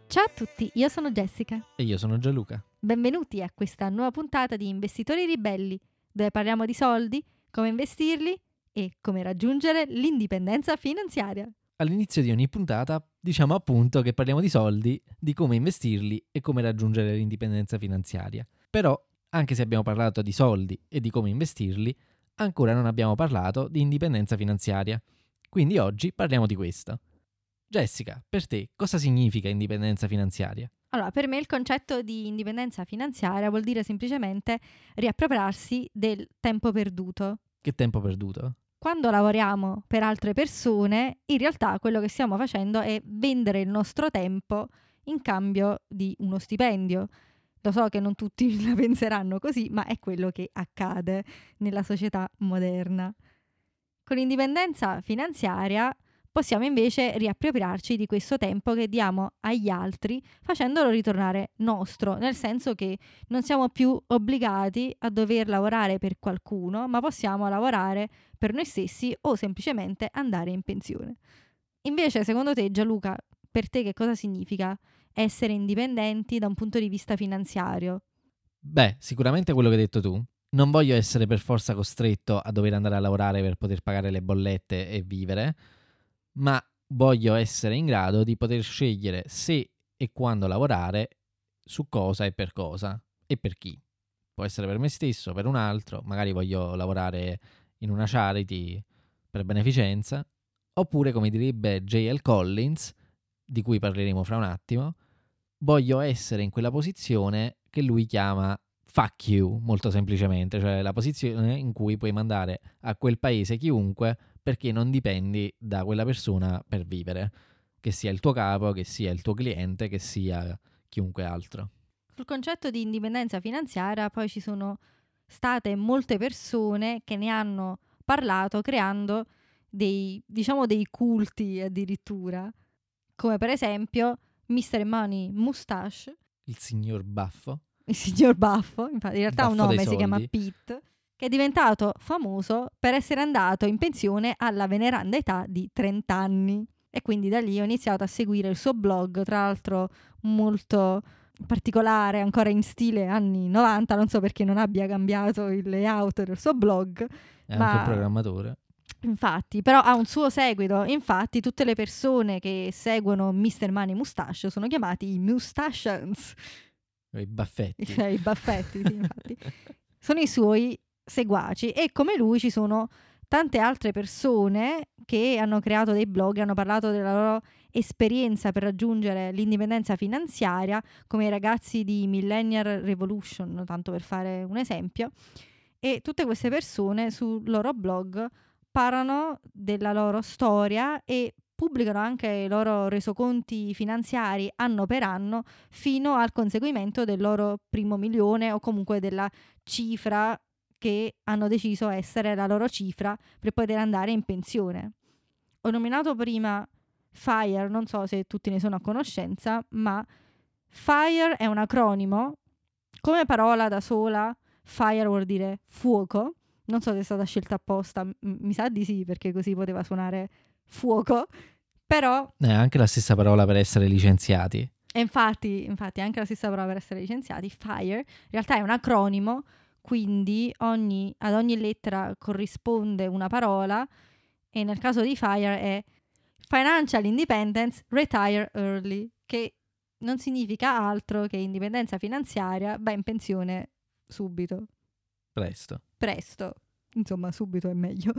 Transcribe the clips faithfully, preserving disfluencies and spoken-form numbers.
Ciao a tutti, io sono Jessica. E io sono Gianluca. Benvenuti a questa nuova puntata di Investitori Ribelli, dove parliamo di soldi, come investirli e come raggiungere l'indipendenza finanziaria. All'inizio di ogni puntata diciamo appunto che parliamo di soldi, di come investirli e come raggiungere l'indipendenza finanziaria. Però, anche se abbiamo parlato di soldi e di come investirli, ancora non abbiamo parlato di indipendenza finanziaria. Quindi oggi parliamo di questo. Jessica, per te cosa significa indipendenza finanziaria? Allora, per me il concetto di indipendenza finanziaria vuol dire semplicemente riappropriarsi del tempo perduto. Che tempo perduto? Quando lavoriamo per altre persone, in realtà quello che stiamo facendo è vendere il nostro tempo in cambio di uno stipendio. Lo so che non tutti la penseranno così, ma è quello che accade nella società moderna. Con l'indipendenza finanziaria possiamo invece riappropriarci di questo tempo che diamo agli altri facendolo ritornare nostro, nel senso che non siamo più obbligati a dover lavorare per qualcuno, ma possiamo lavorare per noi stessi o semplicemente andare in pensione. Invece, secondo te, Gianluca, per te che cosa significa essere indipendenti da un punto di vista finanziario? Beh, sicuramente quello che hai detto tu. Non voglio essere per forza costretto a dover andare a lavorare per poter pagare le bollette e vivere, ma voglio essere in grado di poter scegliere se e quando lavorare, su cosa e per cosa e per chi. Può essere per me stesso, per un altro, magari voglio lavorare in una charity per beneficenza, oppure come direbbe J L Collins, di cui parleremo fra un attimo, voglio essere in quella posizione che lui chiama fuck you, molto semplicemente, cioè la posizione in cui puoi mandare a quel paese chiunque perché non dipendi da quella persona per vivere, che sia il tuo capo, che sia il tuo cliente, che sia chiunque altro. Sul concetto di indipendenza finanziaria poi ci sono state molte persone che ne hanno parlato creando dei, diciamo, dei culti addirittura, come per esempio mister Money Mustache, Il signor Baffo. il signor Baffo, infatti in realtà ha un Baffo dei nome, si chiama soldi. Pete, che è diventato famoso per essere andato in pensione alla veneranda età di trenta anni. E quindi da lì ho iniziato a seguire il suo blog, tra l'altro molto particolare, ancora in stile anni novanta, non so perché non abbia cambiato il layout del suo blog. È ma anche un programmatore. Infatti, però ha un suo seguito. Infatti tutte le persone che seguono mister Money Mustache sono chiamati i Mustachians, I baffetti. cioè i baffetti, sì, infatti. Sono i suoi seguaci e come lui ci sono tante altre persone che hanno creato dei blog e hanno parlato della loro esperienza per raggiungere l'indipendenza finanziaria, come i ragazzi di Millennial Revolution, tanto per fare un esempio. E tutte queste persone sul loro blog parlano della loro storia e pubblicano anche i loro resoconti finanziari anno per anno fino al conseguimento del loro primo milione o comunque della cifra che hanno deciso essere la loro cifra per poter andare in pensione. Ho nominato prima FIRE, non so se tutti ne sono a conoscenza, ma FIRE è un acronimo. Come parola da sola, FIRE vuol dire fuoco. Non so se è stata scelta apposta, m- mi sa di sì, perché così poteva suonare fuoco. Però È anche la stessa parola per essere licenziati. E infatti, infatti, è anche la stessa parola per essere licenziati, FIRE, in realtà è un acronimo, quindi ogni, ad ogni lettera corrisponde una parola e nel caso di FIRE è Financial Independence Retire Early, che non significa altro che indipendenza finanziaria, va in pensione subito, Presto. presto, insomma subito è meglio.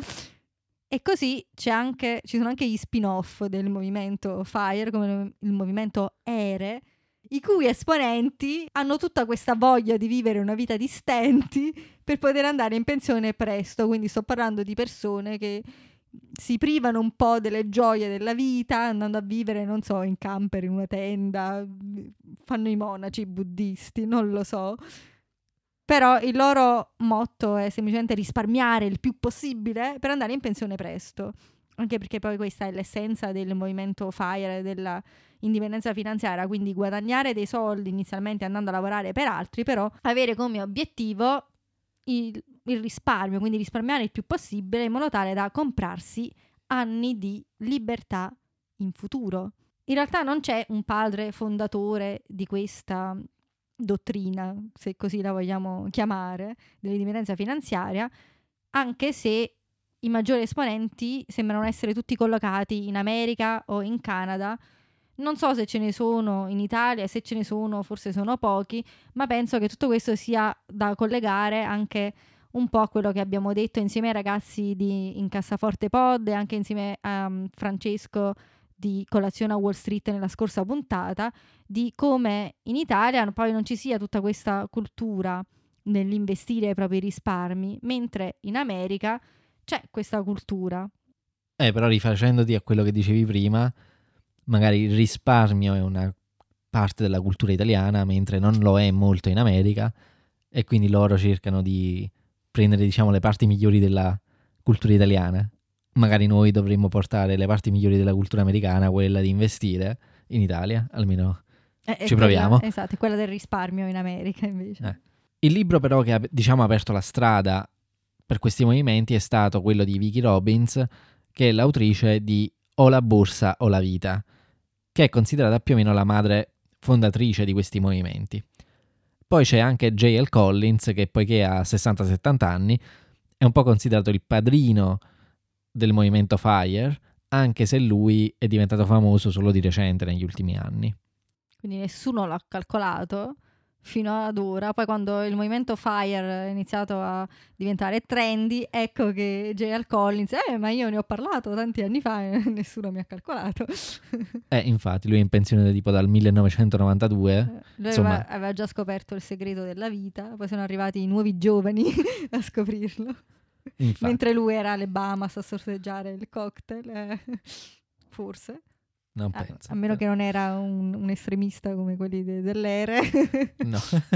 E così c'è anche, ci sono anche gli spin-off del movimento FIRE, come il movimento ERE, i cui esponenti hanno tutta questa voglia di vivere una vita di stenti per poter andare in pensione presto. Quindi sto parlando di persone che si privano un po' delle gioie della vita andando a vivere, non so, in camper, in una tenda, fanno i monaci buddisti, non lo so. Però il loro motto è semplicemente risparmiare il più possibile per andare in pensione presto. Anche perché poi questa è l'essenza del movimento FIRE, della indipendenza finanziaria, quindi guadagnare dei soldi inizialmente andando a lavorare per altri, però avere come obiettivo il, il risparmio, quindi risparmiare il più possibile in modo tale da comprarsi anni di libertà in futuro. in realtà non c'è un padre fondatore di questa dottrina, se così la vogliamo chiamare, dell'indipendenza finanziaria, anche se i maggiori esponenti sembrano essere tutti collocati in America o in Canada. Non so se ce ne sono in Italia, se ce ne sono forse sono pochi, ma penso che tutto questo sia da collegare anche un po' a quello che abbiamo detto insieme ai ragazzi di Incassaforte Pod e anche insieme a um, Francesco di Colazione a Wall Street nella scorsa puntata, di come in Italia poi non ci sia tutta questa cultura nell'investire i propri risparmi, mentre in America c'è questa cultura. Eh, però rifacendoti a quello che dicevi prima, magari il risparmio è una parte della cultura italiana, mentre non lo è molto in America, e quindi loro cercano di prendere, diciamo, le parti migliori della cultura italiana. Magari noi dovremmo portare le parti migliori della cultura americana, quella di investire in Italia, almeno Eh, ci quella, proviamo. Esatto, è quella del risparmio in America invece. Eh. Il libro però che ha, diciamo, aperto la strada per questi movimenti è stato quello di Vicki Robbins, che è l'autrice di O la borsa o la vita, che è considerata più o meno la madre fondatrice di questi movimenti. Poi c'è anche J L Collins, che poiché ha sessanta settanta anni è un po' considerato il padrino del movimento FIRE, anche se lui è diventato famoso solo di recente negli ultimi anni. Quindi nessuno l'ha calcolato fino ad ora. Poi quando il movimento FIRE è iniziato a diventare trendy, ecco che J L Collins, eh ma io ne ho parlato tanti anni fa e nessuno mi ha calcolato. Eh, infatti, lui è in pensione tipo dal millenovecentonovantadue. Eh, lui Insomma, aveva, aveva già scoperto il segreto della vita, poi sono arrivati i nuovi giovani a scoprirlo. infatti. Mentre lui era alle Bahamas a sorseggiare il cocktail, eh, forse. Non Ah, penso. a meno che non era un, un estremista come quelli de- dell'Ere. No.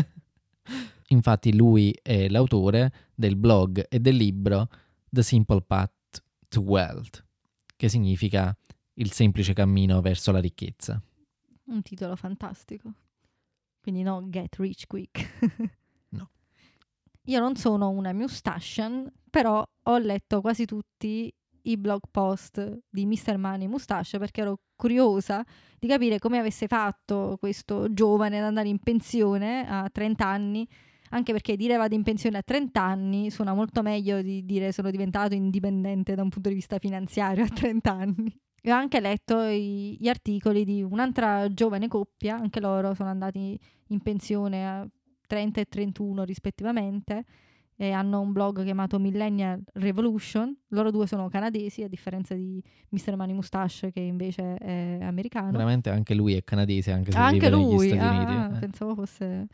Infatti lui è l'autore del blog e del libro The Simple Path to Wealth, che significa il semplice cammino verso la ricchezza. Un titolo fantastico. Quindi no, Get Rich Quick. No. Io non sono una Mustachian, però ho letto quasi tutti i blog post di mister Money Mustache perché ero curiosa di capire come avesse fatto questo giovane ad andare in pensione a trenta anni, anche perché dire vado in pensione a trenta anni suona molto meglio di dire sono diventato indipendente da un punto di vista finanziario a trenta anni. E ho anche letto i, gli articoli di un'altra giovane coppia, anche loro sono andati in pensione a trenta e trentuno rispettivamente, e hanno un blog chiamato Millennial Revolution. Loro due sono canadesi, a differenza di mister Money Mustache che invece è americano. Veramente anche lui è canadese, anche se Anche vive lui, negli Stati ah, Uniti. ah, Eh. pensavo fosse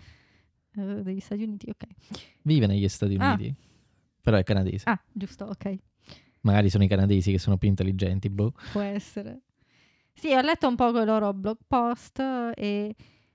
eh, degli Stati Uniti, ok. Vive negli Stati Ah. Uniti, però è canadese. Ah, giusto, ok, Magari sono i canadesi che sono più intelligenti, boh. può essere. Sì, ho letto un po' i loro blog post e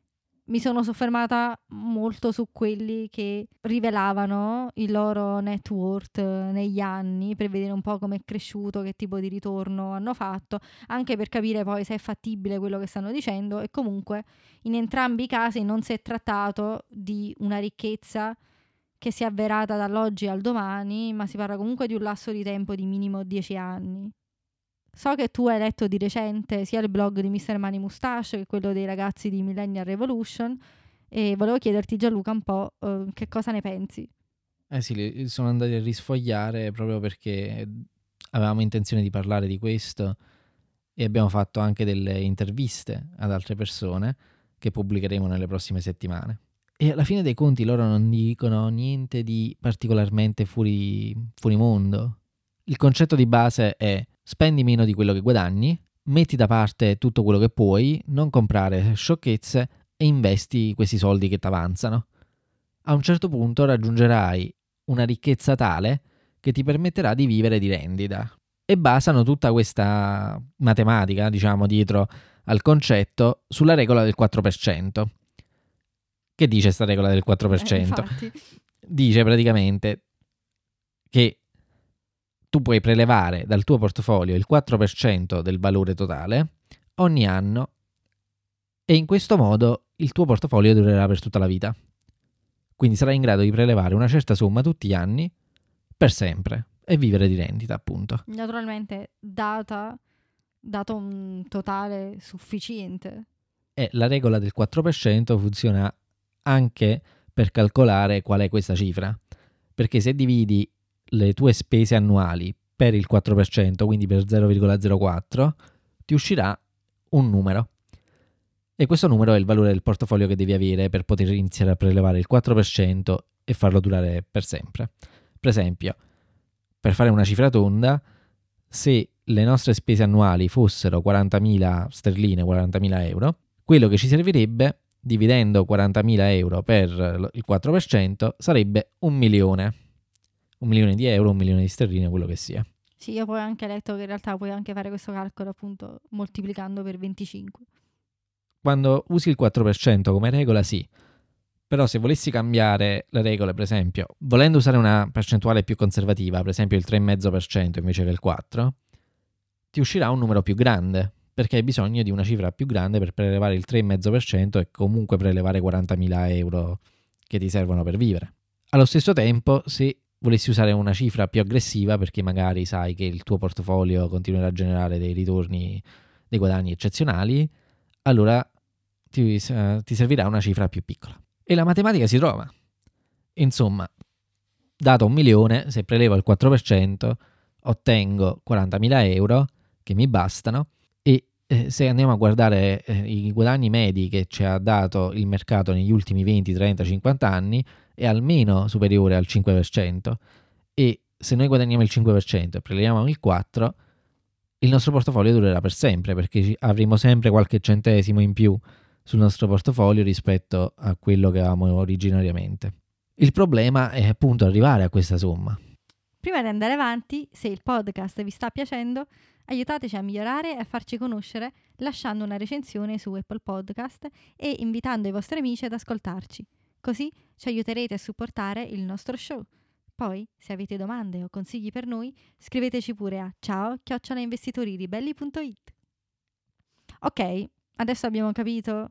mi sono soffermata molto su quelli che rivelavano il loro net worth negli anni, per vedere un po' come è cresciuto, che tipo di ritorno hanno fatto, anche per capire poi se è fattibile quello che stanno dicendo. E comunque in entrambi i casi non si è trattato di una ricchezza che si è avverata dall'oggi al domani, ma si parla comunque di un lasso di tempo di minimo dieci anni. So che tu hai letto di recente sia il blog di mister Money Mustache che quello dei ragazzi di Millennial Revolution, e volevo chiederti, Gianluca, un po' eh, che cosa ne pensi. Eh sì, li sono andati a risfogliare proprio perché avevamo intenzione di parlare di questo e abbiamo fatto anche delle interviste ad altre persone che pubblicheremo nelle prossime settimane. E alla fine dei conti loro non dicono niente di particolarmente fuori, fuori mondo. Il concetto di base è: spendi meno di quello che guadagni, metti da parte tutto quello che puoi, non comprare sciocchezze e investi questi soldi che ti avanzano. A un certo punto raggiungerai una ricchezza tale che ti permetterà di vivere di rendita. E basano tutta questa matematica, diciamo, dietro al concetto sulla regola del quattro per cento. Che dice sta regola del quattro per cento? Eh, infatti. Dice praticamente che tu puoi prelevare dal tuo portafoglio il quattro per cento del valore totale ogni anno e in questo modo il tuo portafoglio durerà per tutta la vita. Quindi sarai in grado di prelevare una certa somma tutti gli anni per sempre e vivere di rendita, appunto. Naturalmente, data dato un totale sufficiente. E la regola del quattro per cento funziona anche per calcolare qual è questa cifra, perché se dividi le tue spese annuali per il quattro per cento, quindi per zero virgola zero quattro, ti uscirà un numero. E questo numero è il valore del portafoglio che devi avere per poter iniziare a prelevare il quattro per cento e farlo durare per sempre. Per esempio, per fare una cifra tonda, se le nostre spese annuali fossero quarantamila sterline, quarantamila euro, quello che ci servirebbe, dividendo quarantamila euro per il quattro per cento, sarebbe un milione. Un milione di euro, un milione di sterline, quello che sia. Sì, io poi ho anche letto che in realtà puoi anche fare questo calcolo appunto moltiplicando per venticinque. Quando usi il quattro per cento come regola, sì. Però se volessi cambiare le regole, per esempio, volendo usare una percentuale più conservativa, per esempio il tre virgola cinque per cento invece che il quattro per cento, ti uscirà un numero più grande, perché hai bisogno di una cifra più grande per prelevare il tre virgola cinque per cento e comunque prelevare quarantamila euro che ti servono per vivere. Allo stesso tempo, se volessi usare una cifra più aggressiva, perché magari sai che il tuo portafolio continuerà a generare dei ritorni, dei guadagni eccezionali, allora ti, uh, ti servirà una cifra più piccola. E la matematica si trova. Insomma, dato un milione, se prelevo il quattro per cento, ottengo quarantamila euro che mi bastano e eh, se andiamo a guardare eh, i guadagni medi che ci ha dato il mercato negli ultimi venti, trenta, cinquanta anni, è almeno superiore al cinque per cento e se noi guadagniamo il cinque per cento e preleviamo il quattro per cento, il nostro portafoglio durerà per sempre perché avremo sempre qualche centesimo in più sul nostro portafoglio rispetto a quello che avevamo originariamente. Il problema è appunto arrivare a questa somma. Prima di andare avanti, se il podcast vi sta piacendo, aiutateci a migliorare e a farci conoscere lasciando una recensione su Apple Podcast e invitando i vostri amici ad ascoltarci. Così ci aiuterete a supportare il nostro show. Poi, se avete domande o consigli per noi, scriveteci pure a ciao chiocciola investitoriribelli punto it. Ok, adesso abbiamo capito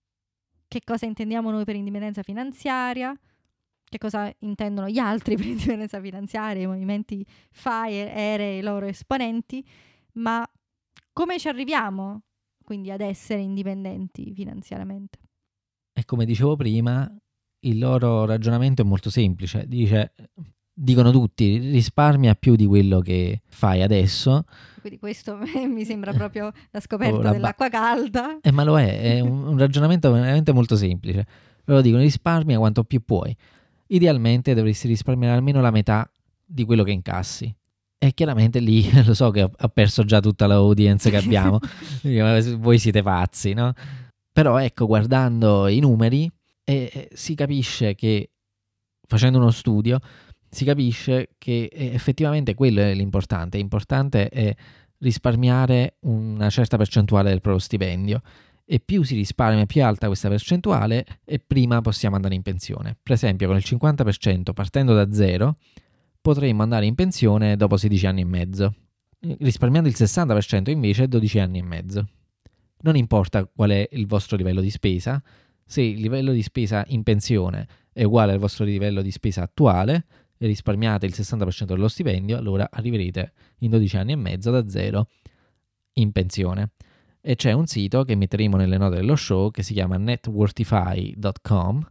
che cosa intendiamo noi per indipendenza finanziaria, che cosa intendono gli altri per indipendenza finanziaria, i movimenti FIRE, E R E, i loro esponenti, ma come ci arriviamo quindi ad essere indipendenti finanziariamente? E come dicevo prima, il loro ragionamento è molto semplice. Dice, dicono tutti, risparmia più di quello che fai adesso. Quindi questo mi sembra proprio la scoperta oh, la dell'acqua ba- calda. Eh, ma lo è, è un, un ragionamento veramente molto semplice. Loro dicono, risparmia quanto più puoi. Idealmente dovresti risparmiare almeno la metà di quello che incassi. E chiaramente lì lo so che ho perso già tutta l'audience che abbiamo. Voi siete pazzi, no? Però ecco, guardando i numeri, eh, si capisce che, facendo uno studio, si capisce che effettivamente quello è l'importante. L'importante è risparmiare una certa percentuale del proprio stipendio. E più si risparmia, più è alta questa percentuale e prima possiamo andare in pensione. Per esempio, con il cinquanta per cento partendo da zero, potremmo andare in pensione dopo sedici anni e mezzo. Risparmiando il sessanta per cento invece dodici anni e mezzo. Non importa qual è il vostro livello di spesa, se il livello di spesa in pensione è uguale al vostro livello di spesa attuale e risparmiate il sessanta per cento dello stipendio, allora arriverete in dodici anni e mezzo da zero in pensione. E c'è un sito che metteremo nelle note dello show che si chiama networtify punto com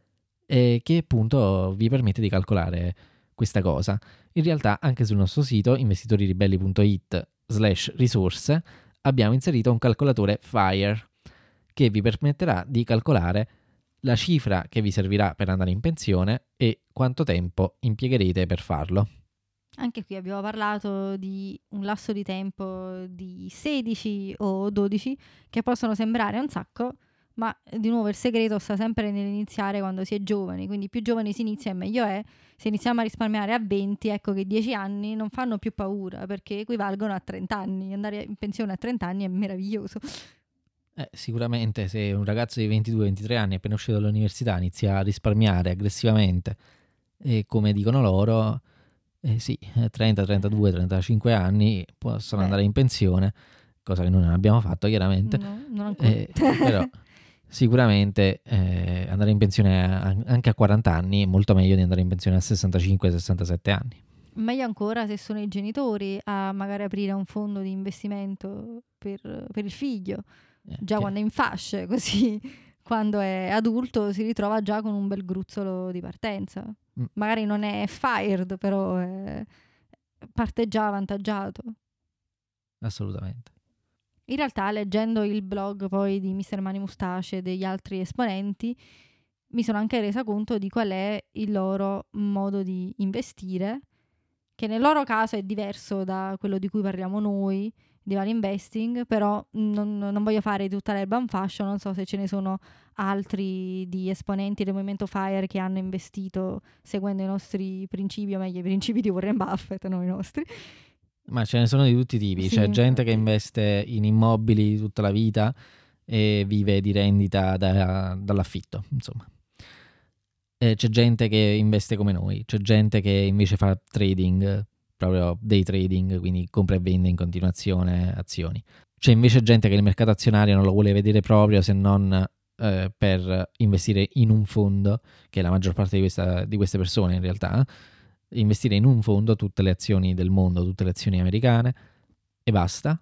e che appunto vi permette di calcolare questa cosa. In realtà anche sul nostro sito investitoriribelli punto it slash risorse abbiamo inserito un calcolatore FIRE che vi permetterà di calcolare la cifra che vi servirà per andare in pensione e quanto tempo impiegherete per farlo. Anche qui abbiamo parlato di un lasso di tempo di sedici o dodici che possono sembrare un sacco, ma di nuovo il segreto sta sempre nell'iniziare quando si è giovani, quindi più giovani si inizia e meglio è. Se iniziamo a risparmiare a venti, ecco che dieci anni non fanno più paura perché equivalgono a trenta anni. Andare in pensione a trenta anni è meraviglioso. Eh, sicuramente se un ragazzo di ventidue ventitré anni appena uscito dall'università inizia a risparmiare aggressivamente e come dicono loro, eh sì, trenta, trentadue, trentacinque anni possono Beh. andare in pensione, cosa che noi non abbiamo fatto chiaramente, No, non ancora. eh, però sicuramente eh, andare in pensione a, anche a quaranta anni è molto meglio di andare in pensione a sessantacinque sessantasette anni. Meglio ancora se sono i genitori a magari aprire un fondo di investimento per, per il figlio, Eh, già che- quando è in fasce, così quando è adulto si ritrova già con un bel gruzzolo di partenza. Mm. Magari non è fired, però è- parte già avvantaggiato. Assolutamente. In realtà, leggendo il blog poi di mister Mani Mustache e degli altri esponenti, mi sono anche resa conto di qual è il loro modo di investire, che nel loro caso è diverso da quello di cui parliamo noi, di value investing, però non, non voglio fare tutta l'erba un fascio, non so se ce ne sono altri di esponenti del movimento FIRE che hanno investito seguendo i nostri principi, o meglio i principi di Warren Buffett, non i nostri. Ma ce ne sono di tutti i tipi. Sì, C'è gente che infatti. investe in immobili tutta la vita e vive di rendita da- dall'affitto, insomma. E c'è gente che investe come noi, c'è gente che invece fa trading, proprio day trading, quindi compra e vende in continuazione azioni. C'è invece gente che il mercato azionario non lo vuole vedere proprio se non eh, per investire in un fondo, che è la maggior parte di, questa- di queste persone in realtà, investire in un fondo tutte le azioni del mondo, tutte le azioni americane e basta.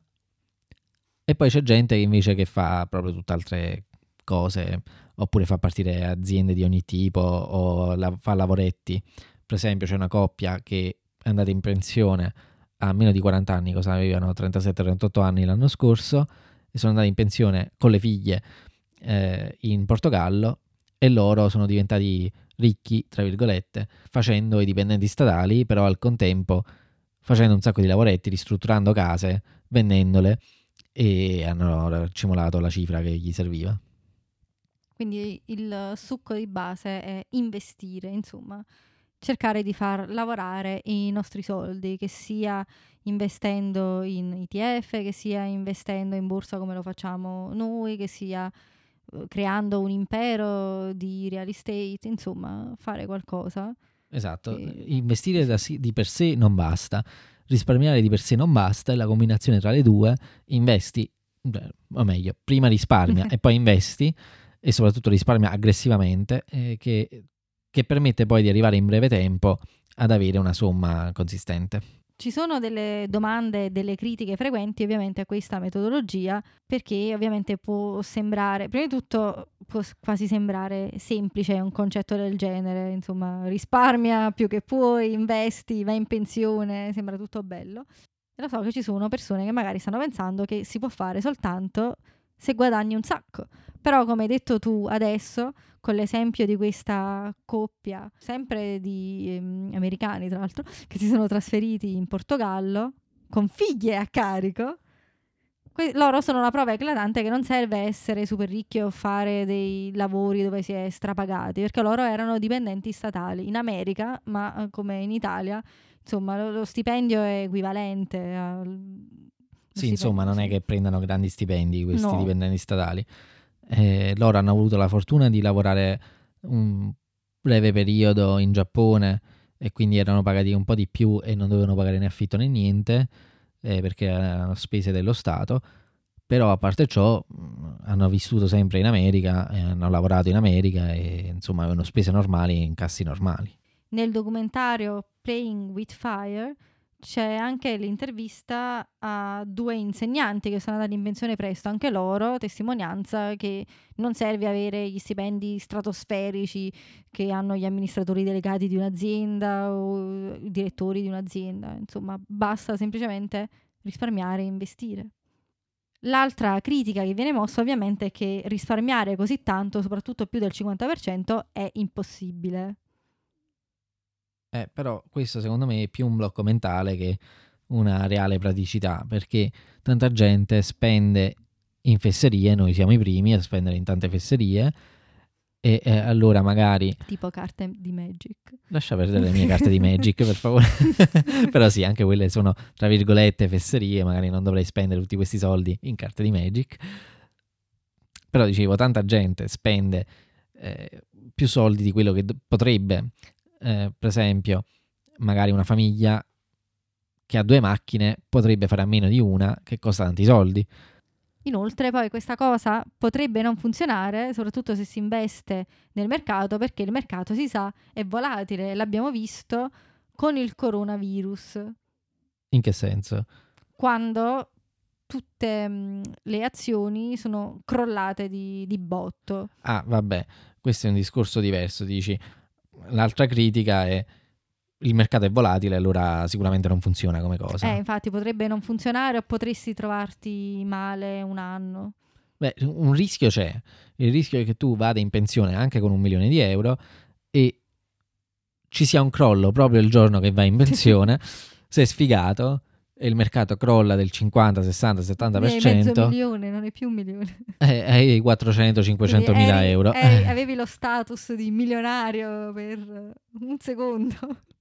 E poi c'è gente che invece che fa proprio tutt'altre cose, oppure fa partire aziende di ogni tipo o la- fa lavoretti. Per esempio c'è una coppia che è andata in pensione a meno di quaranta anni, cosa avevano trentasette trentotto anni l'anno scorso, e sono andati in pensione con le figlie eh, in Portogallo e loro sono diventati ricchi, tra virgolette, facendo i dipendenti statali, però al contempo facendo un sacco di lavoretti, ristrutturando case, vendendole e hanno cimolato la cifra che gli serviva. Quindi il succo di base è investire, insomma, cercare di far lavorare i nostri soldi, che sia investendo in E T F, che sia investendo in borsa come lo facciamo noi, che sia eh, creando un impero di real estate, insomma, fare qualcosa. Esatto, che- investire sì, da sì. si- di per sé non basta, risparmiare di per sé non basta, e la combinazione tra le due, investi, beh, o meglio, prima risparmia e poi investi, e soprattutto risparmia aggressivamente, eh, che, che permette poi di arrivare in breve tempo ad avere una somma consistente. Ci sono delle domande e delle critiche frequenti ovviamente a questa metodologia, perché ovviamente può sembrare, prima di tutto può s- quasi sembrare semplice un concetto del genere, insomma risparmia più che puoi, investi, vai in pensione, sembra tutto bello. E lo so che ci sono persone che magari stanno pensando che si può fare soltanto se guadagni un sacco, però come hai detto tu adesso, con l'esempio di questa coppia, sempre di ehm, americani tra l'altro, che si sono trasferiti in Portogallo con figlie a carico, que- loro sono la prova eclatante che non serve essere super ricchi o fare dei lavori dove si è strapagati, perché loro erano dipendenti statali in America, ma eh, come in Italia, insomma, lo, lo stipendio è equivalente al lo Sì, insomma, stipendio, non è sì. che prendano grandi stipendi questi No, dipendenti statali. Eh, loro hanno avuto la fortuna di lavorare un breve periodo in Giappone e quindi erano pagati un po' di più e non dovevano pagare né affitto né niente, eh, perché erano spese dello Stato. Però a parte ciò mh, hanno vissuto sempre in America, e hanno lavorato in America e insomma avevano spese normali e incassi normali. nel documentario Playing with Fire c'è anche l'intervista a due insegnanti che sono andati in pensione presto, anche loro, testimonianza che non serve avere gli stipendi stratosferici che hanno gli amministratori delegati di un'azienda o i direttori di un'azienda, insomma, basta semplicemente risparmiare e investire. L'altra critica che viene mossa ovviamente è che risparmiare così tanto, soprattutto più del cinquanta per cento, è impossibile. Eh, però questo secondo me è più un blocco mentale che una reale praticità, perché tanta gente spende in fesserie, noi siamo i primi a spendere in tante fesserie, e eh, allora magari Tipo carte di Magic. lascia perdere le mie carte di Magic per favore. Però sì, anche quelle sono tra virgolette fesserie, magari non dovrei spendere tutti questi soldi in carte di Magic. Però dicevo, tanta gente spende eh, più soldi di quello che d- potrebbe. Eh, per esempio, magari una famiglia che ha due macchine potrebbe fare a meno di una che costa tanti soldi. Inoltre poi questa cosa potrebbe non funzionare, soprattutto se si investe nel mercato, perché il mercato si sa è volatile, l'abbiamo visto con il coronavirus. In che senso? Quando tutte mh, le azioni sono crollate di, di botto. Ah, vabbè, questo è un discorso diverso, dici. L'altra critica è il mercato è volatile, allora sicuramente non funziona come cosa. Eh, infatti potrebbe non funzionare o potresti trovarti male un anno. Beh, un rischio c'è. Il rischio è che tu vada in pensione anche con un milione di euro e ci sia un crollo proprio il giorno che vai in pensione, sei sfigato e il mercato crolla del cinquanta, sessanta, settanta per Hai cento. mezzo milione, non è più un milione. Eh, hai quattrocento cinquecento mila Eri- euro. eri- Eh. avevi lo status di milionario per un secondo.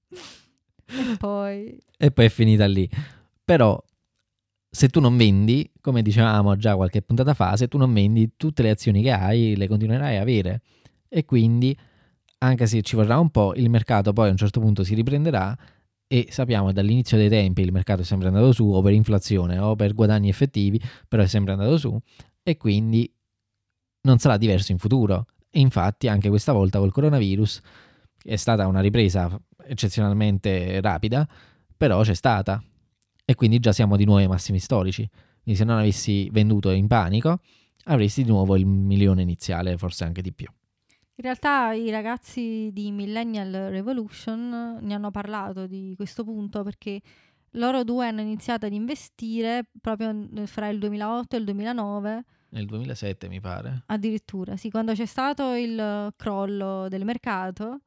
E poi... E poi è finita lì. Però se tu non vendi, come dicevamo già qualche puntata fa, se tu non vendi tutte le azioni che hai le continuerai a avere e quindi anche se ci vorrà un po', il mercato poi a un certo punto si riprenderà e sappiamo che dall'inizio dei tempi il mercato è sempre andato su o per inflazione o per guadagni effettivi, però è sempre andato su e quindi non sarà diverso in futuro. E infatti anche questa volta col coronavirus è stata una ripresa eccezionalmente rapida, però c'è stata e quindi già siamo di nuovo ai massimi storici. Quindi se non avessi venduto in panico avresti di nuovo il milione iniziale, forse anche di più. In realtà i ragazzi di Millennial Revolution ne hanno parlato di questo punto perché loro due hanno iniziato ad investire proprio fra il duemilaotto e il duemilanove. Nel duemilasette mi pare. Addirittura, sì, quando c'è stato il crollo del mercato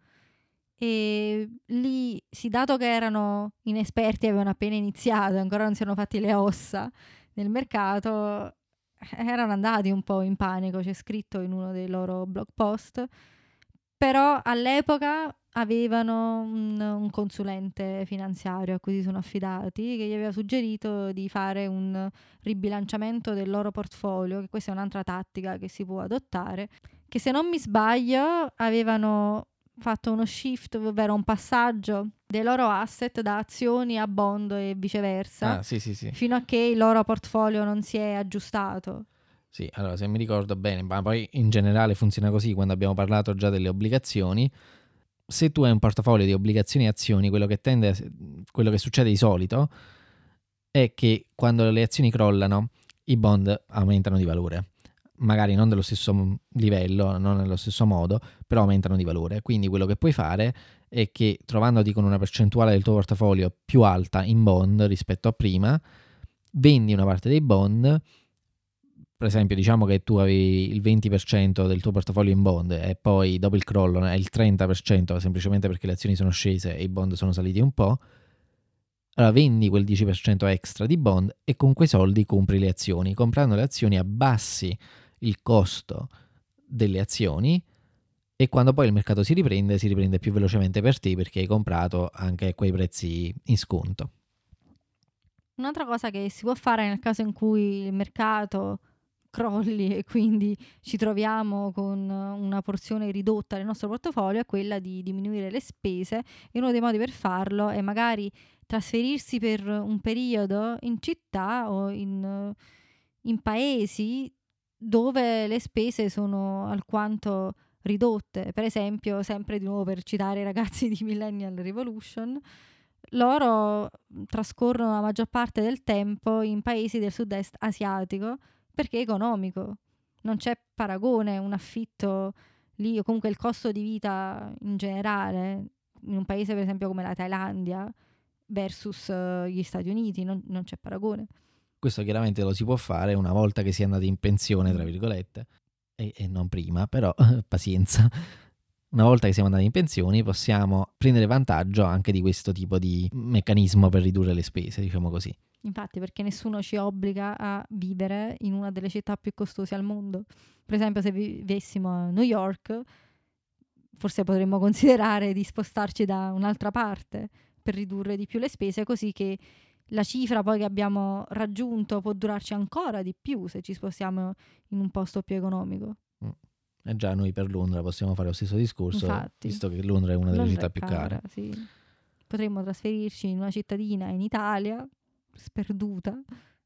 e lì, sì, dato che erano inesperti, avevano appena iniziato, ancora non si erano fatti le ossa nel mercato, erano andati un po' in panico, c'è scritto in uno dei loro blog post, però all'epoca avevano un, un consulente finanziario a cui si sono affidati che gli aveva suggerito di fare un ribilanciamento del loro portfolio, che questa è un'altra tattica che si può adottare, che se non mi sbaglio avevano fatto uno shift, ovvero un passaggio dei loro asset da azioni a bond e viceversa, Ah, sì, sì, sì. fino a che il loro portfolio non si è aggiustato. Sì, allora se mi ricordo bene, ma poi in generale funziona così quando abbiamo parlato già delle obbligazioni. Se tu hai un portafoglio di obbligazioni e azioni, quello che tende, quello che succede di solito è che quando le azioni crollano, i bond aumentano di valore. Magari non dello stesso livello, non nello stesso modo, però aumentano di valore. Quindi quello che puoi fare è che trovandoti con una percentuale del tuo portafoglio più alta in bond rispetto a prima, vendi una parte dei bond. Per esempio, diciamo che tu avevi il venti per cento del tuo portafoglio in bond e poi dopo il crollo è il trenta per cento semplicemente perché le azioni sono scese e i bond sono saliti un po'. Allora vendi quel dieci per cento extra di bond e con quei soldi compri le azioni. Comprando le azioni abbassi il costo delle azioni e quando poi il mercato si riprende, si riprende più velocemente per te perché hai comprato anche a quei prezzi in sconto. Un'altra cosa che si può fare nel caso in cui il mercato crolli e quindi ci troviamo con una porzione ridotta del nostro portafoglio è quella di diminuire le spese e uno dei modi per farlo è magari trasferirsi per un periodo in città o in, in paesi dove le spese sono alquanto ridotte. Per esempio, sempre di nuovo per citare i ragazzi di Millennial Revolution, loro trascorrono la maggior parte del tempo in paesi del sud-est asiatico perché è economico. Non c'è paragone, un affitto lì o comunque il costo di vita in generale in un paese per esempio come la Thailandia versus uh, gli Stati Uniti, non, non c'è paragone. Questo chiaramente lo si può fare una volta che si è andati in pensione, tra virgolette, e, e non prima, però pazienza. Una volta che siamo andati in pensione possiamo prendere vantaggio anche di questo tipo di meccanismo per ridurre le spese, diciamo così. Infatti, perché nessuno ci obbliga a vivere in una delle città più costose al mondo. Per esempio, se vivessimo a New York, forse potremmo considerare di spostarci da un'altra parte per ridurre di più le spese, così che la cifra poi che abbiamo raggiunto può durarci ancora di più se ci spostiamo in un posto più economico. Mm. E già noi per Londra possiamo fare lo stesso discorso, Infatti, visto che Londra è una delle Londra città è più cara, care. sì. Potremmo trasferirci in una cittadina in Italia, sperduta,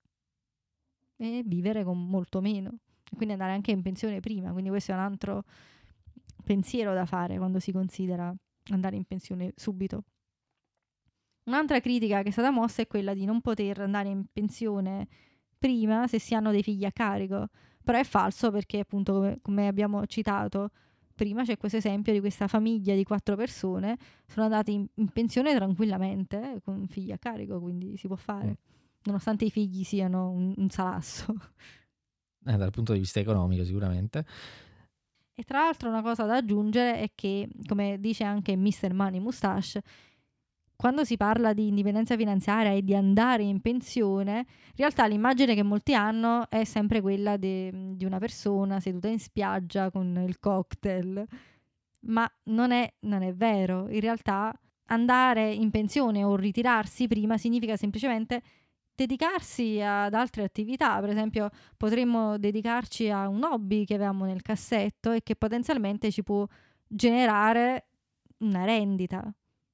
e vivere con molto meno. E quindi andare anche in pensione prima. Quindi questo è un altro pensiero da fare quando si considera andare in pensione subito. Un'altra critica che è stata mossa è quella di non poter andare in pensione prima se si hanno dei figli a carico, però è falso perché appunto come, come abbiamo citato prima c'è questo esempio di questa famiglia di quattro persone, sono andati in, in pensione tranquillamente eh, con figli a carico, quindi si può fare, mm. nonostante i figli siano un, un salasso. Eh, dal punto di vista economico sicuramente. E tra l'altro una cosa da aggiungere è che, come dice anche mister Money Mustache, quando si parla di indipendenza finanziaria e di andare in pensione, in realtà l'immagine che molti hanno è sempre quella de, di una persona seduta in spiaggia con il cocktail, ma non è, non è vero. In realtà andare in pensione o ritirarsi prima significa semplicemente dedicarsi ad altre attività. Per esempio potremmo dedicarci a un hobby che avevamo nel cassetto e che potenzialmente ci può generare una rendita.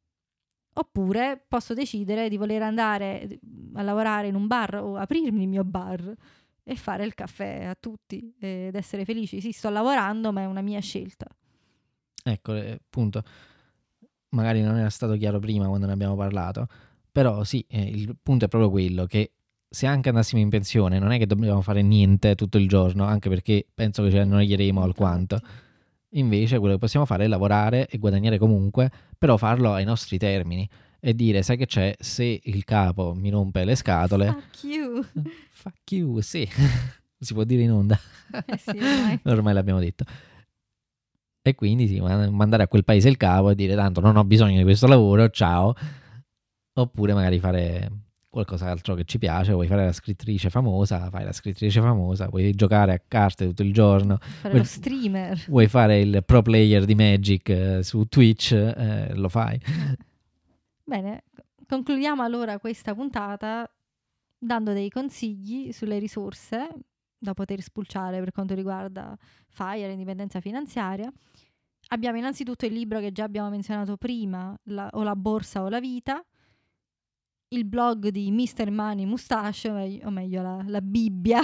Oppure posso decidere di voler andare a lavorare in un bar o aprirmi il mio bar e fare il caffè a tutti ed essere felici. Sì, sto lavorando, ma è una mia scelta. Ecco, appunto, magari non era stato chiaro prima quando ne abbiamo parlato, però sì, eh, il punto è proprio quello che se anche andassimo in pensione non è che dobbiamo fare niente tutto il giorno, anche perché penso che ci annoieremo alquanto. Invece quello che possiamo fare è lavorare e guadagnare comunque, però farlo ai nostri termini e dire, sai che c'è, se il capo mi rompe le scatole... Fuck you! Fuck you, sì. Si può dire in onda. Eh sì, ormai. Ormai l'abbiamo detto. E quindi sì, mandare a quel paese il capo e dire, tanto non ho bisogno di questo lavoro, ciao. Oppure magari fare... qualcos'altro che ci piace, vuoi fare la scrittrice famosa, fai la scrittrice famosa, vuoi giocare a carte tutto il giorno, fare vuoi, lo streamer, vuoi fare il pro player di Magic eh, su Twitch, eh, lo fai. Bene, concludiamo allora questa puntata dando dei consigli sulle risorse da poter spulciare per quanto riguarda FIRE, indipendenza finanziaria. Abbiamo innanzitutto il libro che già abbiamo menzionato prima, la, o la borsa o la vita, il blog di mister Money Mustache, o meglio, o meglio la, la Bibbia.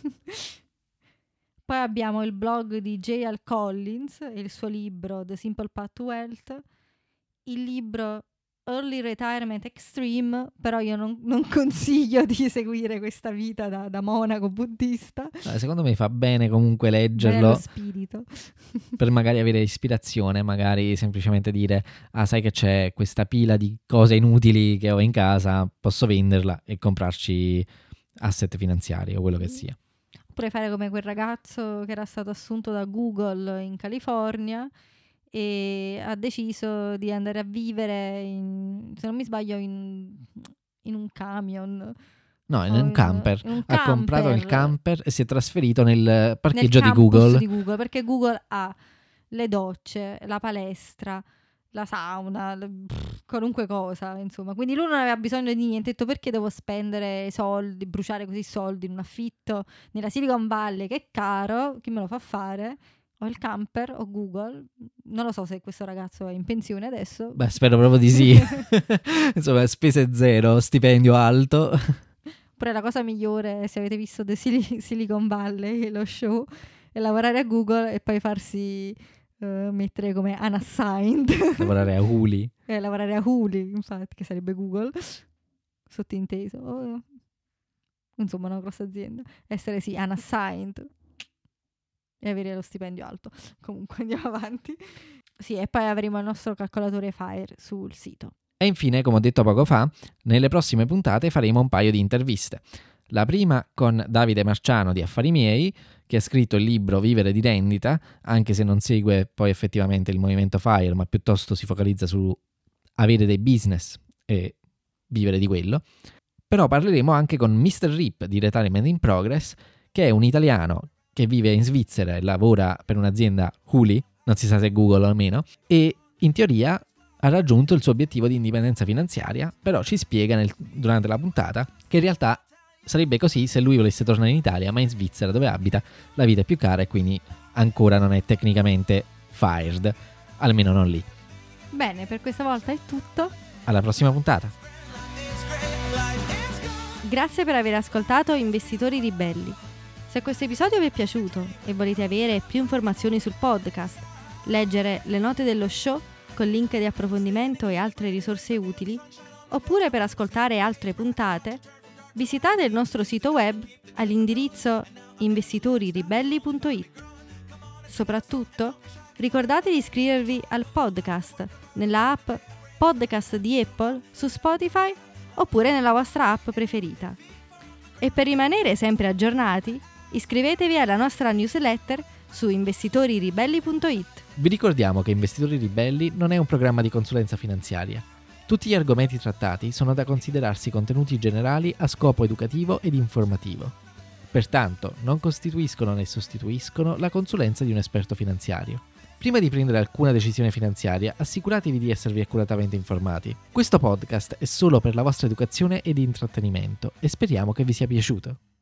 Poi abbiamo il blog di J L Collins e il suo libro The Simple Path to Wealth, il libro Early Retirement Extreme, però io non, non consiglio di seguire questa vita da, da monaco buddista. Eh, secondo me fa bene comunque leggerlo. Bello spirito. Per magari avere ispirazione, magari semplicemente dire, ah sai che c'è questa pila di cose inutili che ho in casa, posso venderla e comprarci asset finanziari o quello che sia. Oppure fare come quel ragazzo che era stato assunto da Google in California e ha deciso di andare a vivere, in, se non mi sbaglio, in, in un camion. No, in un, in, camper. in un ha camper. comprato il camper e si è trasferito nel parcheggio nel di Google. di Google. Perché Google ha le docce, la palestra, la sauna, le, pff, qualunque cosa, insomma. Quindi lui non aveva bisogno di niente. Ha detto, perché devo spendere soldi, bruciare così soldi in un affitto nella Silicon Valley, che è caro, chi me lo fa fare? O il camper o Google. Non lo so se questo ragazzo è in pensione adesso. Beh, spero proprio di sì. Insomma, spese zero, stipendio alto. Oppure la cosa migliore, se avete visto The Sil- Silicon Valley, lo show, è lavorare a Google e poi farsi uh, mettere come unassigned. Lavorare a Huli. Eh, lavorare a Huli, infatti, che sarebbe Google. Sottinteso. Oh. Insomma, una grossa azienda. Essere sì, unassigned. E avere lo stipendio alto. Comunque andiamo avanti. Sì, e poi avremo il nostro calcolatore FIRE sul sito. E infine, come ho detto poco fa, nelle prossime puntate faremo un paio di interviste. La prima con Davide Marciano di Affari Miei, che ha scritto il libro Vivere di rendita, anche se non segue poi effettivamente il movimento FIRE, ma piuttosto si focalizza su avere dei business e vivere di quello. Però parleremo anche con mister Rip di Retirement in Progress, che è un italiano che vive in Svizzera e lavora per un'azienda Huli, non si sa se Google o almeno, e in teoria ha raggiunto il suo obiettivo di indipendenza finanziaria, però ci spiega nel, durante la puntata che in realtà sarebbe così se lui volesse tornare in Italia, ma in Svizzera, dove abita, la vita è più cara e quindi ancora non è tecnicamente fired, almeno non lì. Bene, per questa volta è tutto. Alla prossima puntata. Grazie per aver ascoltato Investitori Ribelli. Se questo episodio vi è piaciuto e volete avere più informazioni sul podcast, leggere le note dello show con link di approfondimento e altre risorse utili, oppure per ascoltare altre puntate, visitate il nostro sito web all'indirizzo investitoriribelli punto it. Soprattutto, ricordate di iscrivervi al podcast nella app Podcast di Apple su Spotify oppure nella vostra app preferita. E per rimanere sempre aggiornati, iscrivetevi alla nostra newsletter su investitoriribelli punto it. Vi ricordiamo che Investitori Ribelli non è un programma di consulenza finanziaria. Tutti gli argomenti trattati sono da considerarsi contenuti generali a scopo educativo ed informativo. Pertanto, non costituiscono né sostituiscono la consulenza di un esperto finanziario. Prima di prendere alcuna decisione finanziaria, assicuratevi di esservi accuratamente informati. Questo podcast è solo per la vostra educazione ed intrattenimento e speriamo che vi sia piaciuto.